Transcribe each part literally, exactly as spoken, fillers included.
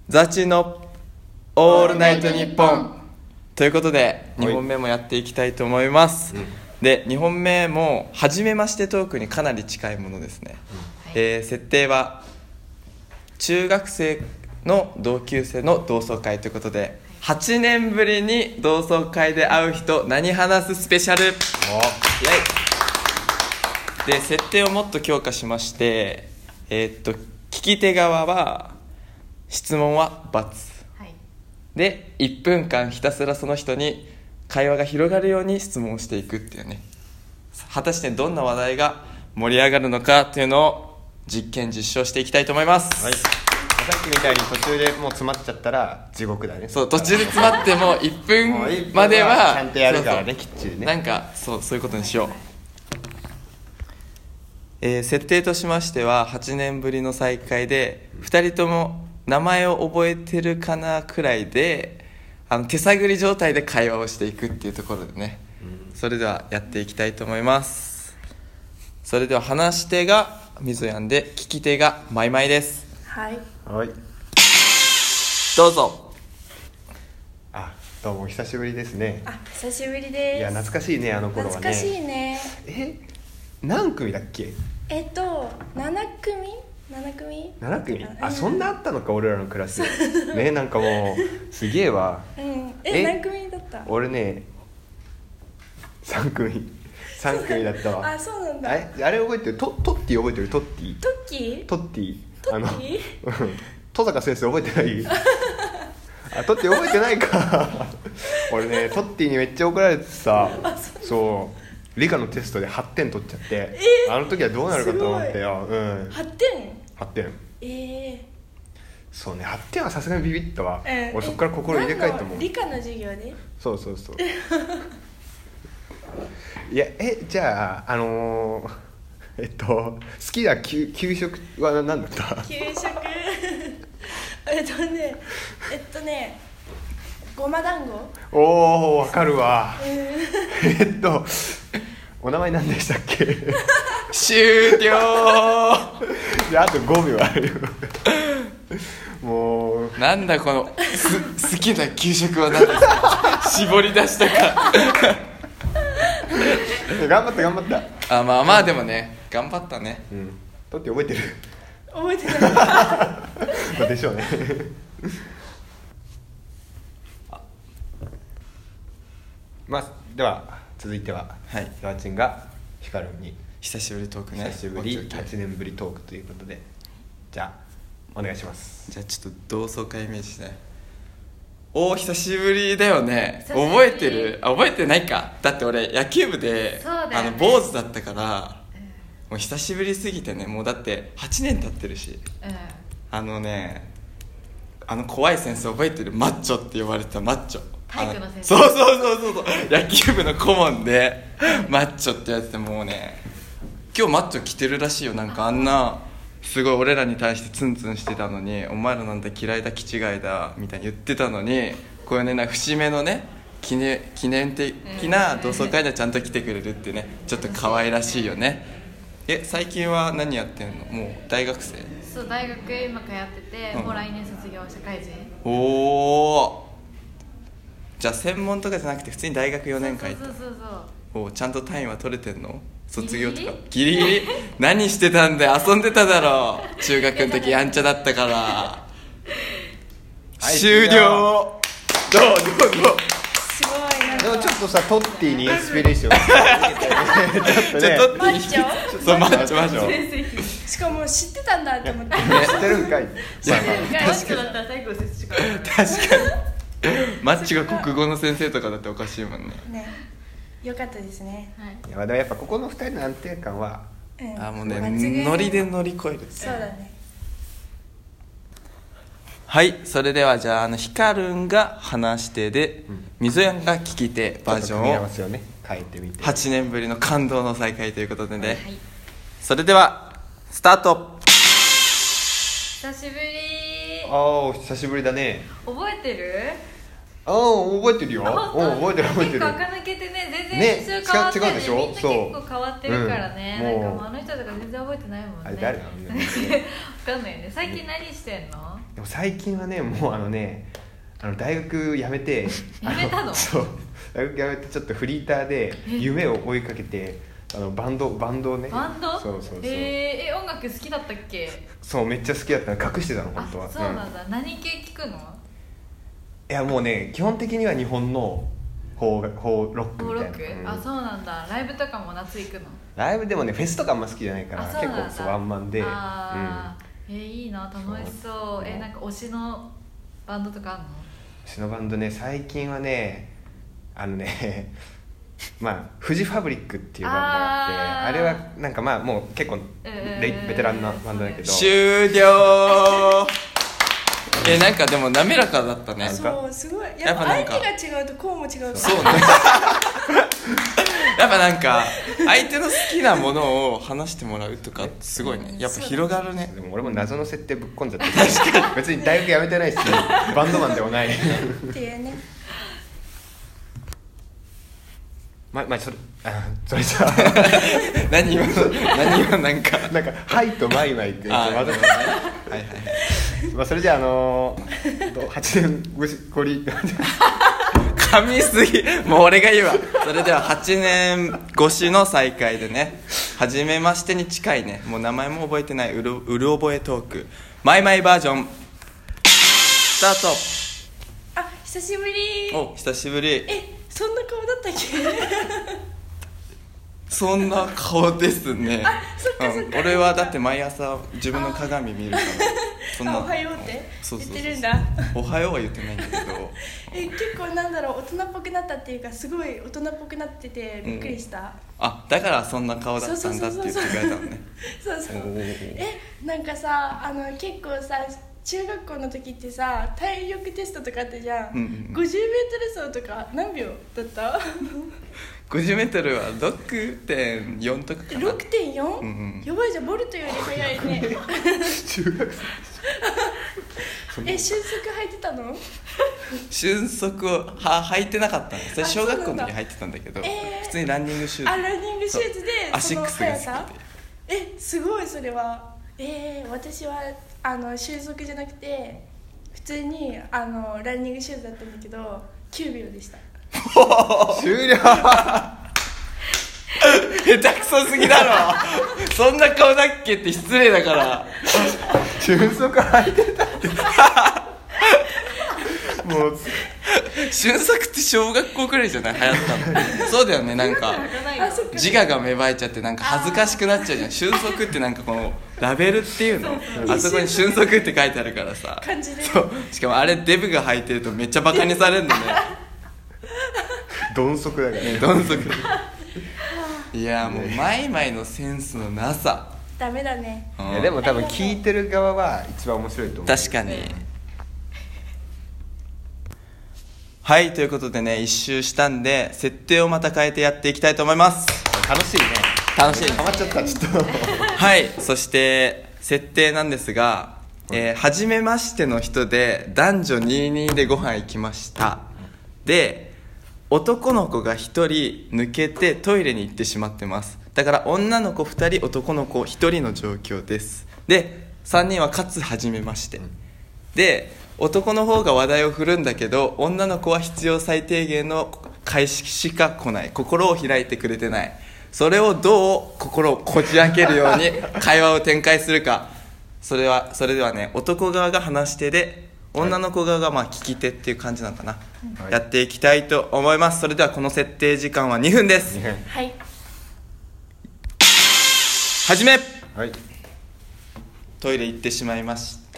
ザチのオールナイトニッポンということでにほんめもやっていきたいと思います、うん、でにほんめも初めましてトークにかなり近いものですね、うん、えー、設定は中学生の同級生の同窓会ということではちねんぶりに同窓会で会う人何話すスペシャル。イエイで設定をもっと強化しまして、えー、っと聞き手側は質問は×、はい、でいっぷんかんひたすらその人に会話が広がるように質問をしていくっていうね。果たしてどんな話題が盛り上がるのかっていうのを実験実証していきたいと思います、 はい。さっきみたいに途中でもう詰まっちゃったら地獄だね。 そう途中で詰まってもいっぷんまではちゃんとやるからね。きっちりね。 なんかそうそういうことにしよう。えー、設定としましてははちねんぶりの再会でふたりとも名前を覚えてるかなくらいであの手探り状態で会話をしていくっていうところでね、うん、それではやっていきたいと思います。それでは話し手がみぞやんで聞き手がまいまいです。 はい、 はい、 どうぞ。 あ、どうもお久しぶりですね。 あ、久しぶりです。 いや懐かしいね、あの頃はね。 懐かしいね。 え、何組だっけ？ えっとななくみななくみななくみ、あ、そんなあったのか俺らのクラスね。なんかもうすげえわ、 うん、え、え何組だった？ 俺ねさんくみさんくみだったわ。 あ、そうなんだ。 あれ、あれ覚えてる？トトッティ覚えてる？トッティトッキートッティトッティあの戸坂先生覚えてない？あ、トッティ覚えてないか俺ねトッティにめっちゃ怒られてさ、そう理科のテストではってん取っちゃって、えー、あの時はどうなるかと思ったよ、うん、 はってんはってん、えー、 そうね、はってんはさすがにビビったわ、 えー、 俺そっから心入れ替えたもん。 理科の授業で？ そうそうそういや、え、じゃああのー、えっと好きな給食は何だった？ 給食えっとねえっとねごま団子。 おー、わかるわえっとお名前何でしたっけ？ 終了じゃああとごびょうあるよもうなんだこのす好きな給食は何ですか絞り出したか頑張った頑張った。あ、まあまあでもね頑張ったね。 うん。だって覚えてる？ 覚えてないでしょうねまあでは続いては、はい、ヨアチンがヒカルンに久しぶりトークね。 久しぶりはちねんぶりトークということで、じゃあお願いします。 じゃあちょっと同窓会イメージしてね。おー、久しぶりだよね。覚えてる？あ、覚えてないか。だって俺野球部で、ね、あの坊主だったから、うん、もう久しぶりすぎてね、もうだってはちねん経ってるし、うん、あのねあの怖い先生覚えてる？マッチョって呼ばれてたマッチョ。 体育の先生。 そうそうそうそうそう野球部の顧問でマッチョってやつで、もうね今日マッチョ着てるらしいよ。なんかあんなすごい俺らに対してツンツンしてたのに、お前らなんだ嫌いだ気違いだみたいに言ってたのに、こういうねなんか節目のね記念、記念的な同窓会ではちゃんと来てくれるってね、ちょっと可愛らしいよね。え、最近は何やってんの？もう大学生？ そう大学今通ってて、うん、もう来年卒業社会人。 おお、じゃあ専門とかじゃなくて普通に大学よねんかんいた。 そうそうそうそう。 お、ちゃんと単位は取れてんの？卒業とかギリギリ何してたんだよ。遊んでただろ中学の時やんちゃだったからはい、終了。どうどうどう。 すごい。なんかでもちょっとさトッティにインスピレーションちょっとね、 トッティにそうマッチョマッチョしかも知ってたんだって思って知ってるんかい。 知ってるんかい。マッチョだったら体育の先生しかない。 確かにマッチが国語の先生とかだっておかしいもんね。 ね、よかったですね。 はい。 いやでもやっぱここのふたりの安定感は、 うん、 あ、もうねノリで乗り越える。 そうだね。 はい、それではじゃあ、あのヒカルンが話し手で、うん、みぞやんが聞き手バージョンを組み合わせをね変えてみて、 はちねんぶりの感動の再会ということでね、はい、それではスタート。 久しぶり。 ああ、久しぶりだね。 覚えてる？ ああ覚えてるよ。 あうん覚えてる覚えてる。 結構垢抜けてね全然ね印象変わってる違う違うでしょみんな結構変わってるからね、 そううんなんかもうもうあの人とか全然覚えてないもんね。 あれ誰なのみんなわかんないよね。最近何してんの？ でも最近はねもうあのねあの大学辞めて辞めたの？ そう大学辞めてちょっとフリーターで夢を追いかけてあのバンドバンドをねバンド？ そうそうそう、 えー、え音楽好きだったっけ？ そうめっちゃ好きだったの隠してたの本当は。 あそうなんだ、うん、何系聞くの？ いやもうね基本的には日本の邦楽邦ロックみたいな。 ロック、うん、あそうなんだ。ライブとかも夏行くの？ ライブでもねフェスとかあんま好きじゃないから結構そうワンマンで。 あ、うん、えー、いいな楽しそう。そうえー、なんか推しのバンドとかあるの？ 推しのバンドね最近はねあのねまあフジファブリックっていうバンドがあってあれはなんかまあもう結構レベテランなバンドだけど終了えなんかでも滑らかだったね。 そうすごいやっぱ相手が違うとこうも違うから。 そうねやっぱなんか相手の好きなものを話してもらうとかすごいねやっぱ広がるね。 でも俺も謎の設定ぶっ込んじゃって別に大学辞めてないしバンドマンでもないっていうねままあそれあそれじゃあ何今何今なんかなんか「はい」と「マイマイ」ってあ混ぜてねはいはいまあそれじゃああのー、はちねんごしこり噛みすぎもう俺が言うわ。それでははちねん越しの再会でね初めましてに近いねもう名前も覚えてないうるうる覚えトークマイマイバージョンスターあ久しぶり。 ト。お久しぶり。 えそんな顔だったっけ？ そんな顔ですね。 あそっかそっか、 うん、俺はだって毎朝自分の鏡見るからそんなあおはようってそうそうそう言ってるんだ。 おはようは言ってないんだけどえ結構なんだろう大人っぽくなったっていうかすごい大人っぽくなっててびっくりした、うん、 あだからそんな顔だったんだって言ってくれたのね。 そうそうえなんかさあの結構さ中学校の時ってさ体力テストとかあったじゃん、 うんうんうん、 ごじゅうメートル走とか何秒だったごじゅうメートルは ろくてんよん とかかな。 ろくてんよん、 うんうん、 やばいじゃんボルトより速いね中学生え瞬足履いてたの？ 瞬足をは履いてなかったんです。それ小学校の時に履いてたんだけど、 えー、 普通にランニングシューズ。 あランニングシューズでアシックスが好きで。 えすごいそれは。えー、私はあの瞬足じゃなくて普通にあのランニングシューズだったんだけどきゅうびょうでした終了下手くそすぎだろそんな顔だっけって失礼だから瞬足履いてたってもう瞬足って小学校くらいじゃない流行ったのそうだよねなんか自我が芽生えちゃってなんか恥ずかしくなっちゃうじゃん。瞬足ってなんかこのラベルっていうのあそこに瞬足って書いてあるからさ感じでそうしかもあれデブが履いてるとめっちゃバカにされるのね鈍足だからね鈍足いやもうマイマイのセンスのなさダメだね。 いやでも多分聞いてる側は一番面白いと思う。 確かに、はいということでね一周したんで設定をまた変えてやっていきたいと思います。 楽しいね楽しいハマっちゃったちょっとはいそして設定なんですが、えー、初めましての人で男女にじゅうにでご飯行きました。で男の子がひとり抜けてトイレに行ってしまってます。だから女の子ふたり男の子ひとりの状況です。でさんにんはかつ初めましてで男の方が話題を振るんだけど女の子は必要最低限の返ししか来ない。心を開いてくれてない。それをどう心をこじ開けるように会話を展開するか。それはそれではね男側が話し手で女の子側がまあ聞き手っていう感じなのかな、はい、やっていきたいと思います。それではこの設定時間はにふんです。 はい始め。 はい、 トイレ行ってしまいました。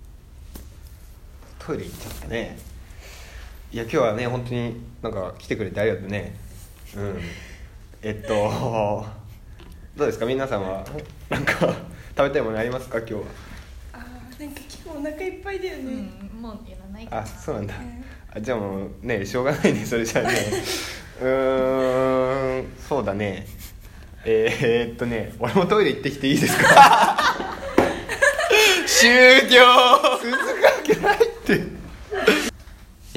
トイレ行っちゃったね。いや今日はね本当になんか来てくれてありがとうね。うんえっとどうですか皆さんはなんか食べたいものありますか今日は。 あなんか結構お腹いっぱいだよね、 うん、もういらないかな。 あそうなんだ、うん、あじゃあもうねしょうがないねそれじゃあねうーんそうだねえー、っとね俺もトイレ行ってきていいですか終了続くわけないって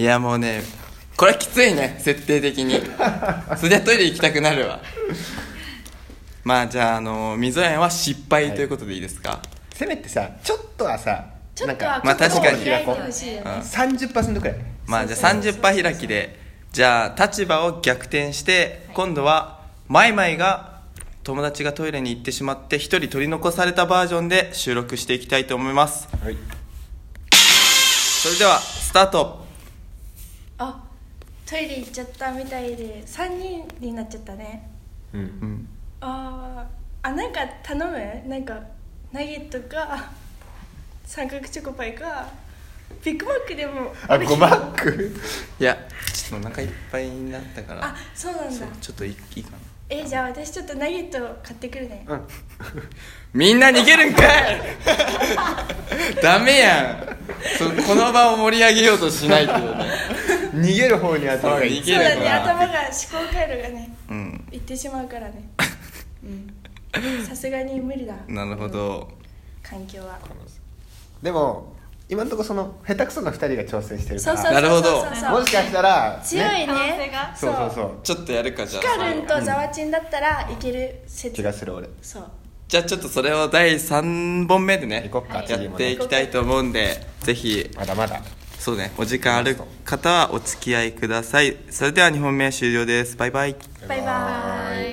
いやもうねこれはきついね設定的にそりゃトイレ行きたくなるわまあじゃあ、あの溝園は失敗ということでいいですか、はい、 せめてさちょっとはさちょっとはまあ確かに開いてほしいよね、 うん、 さんじゅっパーセント くらい。 まあじゃあ さんじゅっパーセント 開きでじゃあ立場を逆転して今度はマイマイが友達がトイレに行ってしまって一人取り残されたバージョンで収録していきたいと思います、 はい、 それではスタート。 あトイレ行っちゃったみたいでさんにんになっちゃったね。 うん、 うんあーあなんか頼むなんかナゲットか三角チョコパイかビッグマックでもあごマックいやちょっとお腹いっぱいになったからあそうなんだそうちょっといいいかな。 えじゃあ私ちょっとナゲット買ってくるね、 うん、 みんな逃げるんかいダメやんそこの場を盛り上げようとしないっていうね逃げる方に頭がいい。 逃げるそうだねから頭が思考回路がね、 うん、 いってしまうからねうんさすがに無理だ。 なるほど、 環境はでも今のところその下手くそなふたりが挑戦してるから、 そうそうなるほどそうそうそうもしかしたら、ね、 強い可能性ねがそうそうそうちょっとやるかじゃあヒカルンとザワチンだったらいける説気がする俺。 そうじゃあちょっとそれをだいさんぼんめでね行こっか、 や次もねっていきたいと思うんでぜひまだまだそうねお時間ある方はお付き合いください。それではにほんめ終了です。バイバイ。 バイバーイ。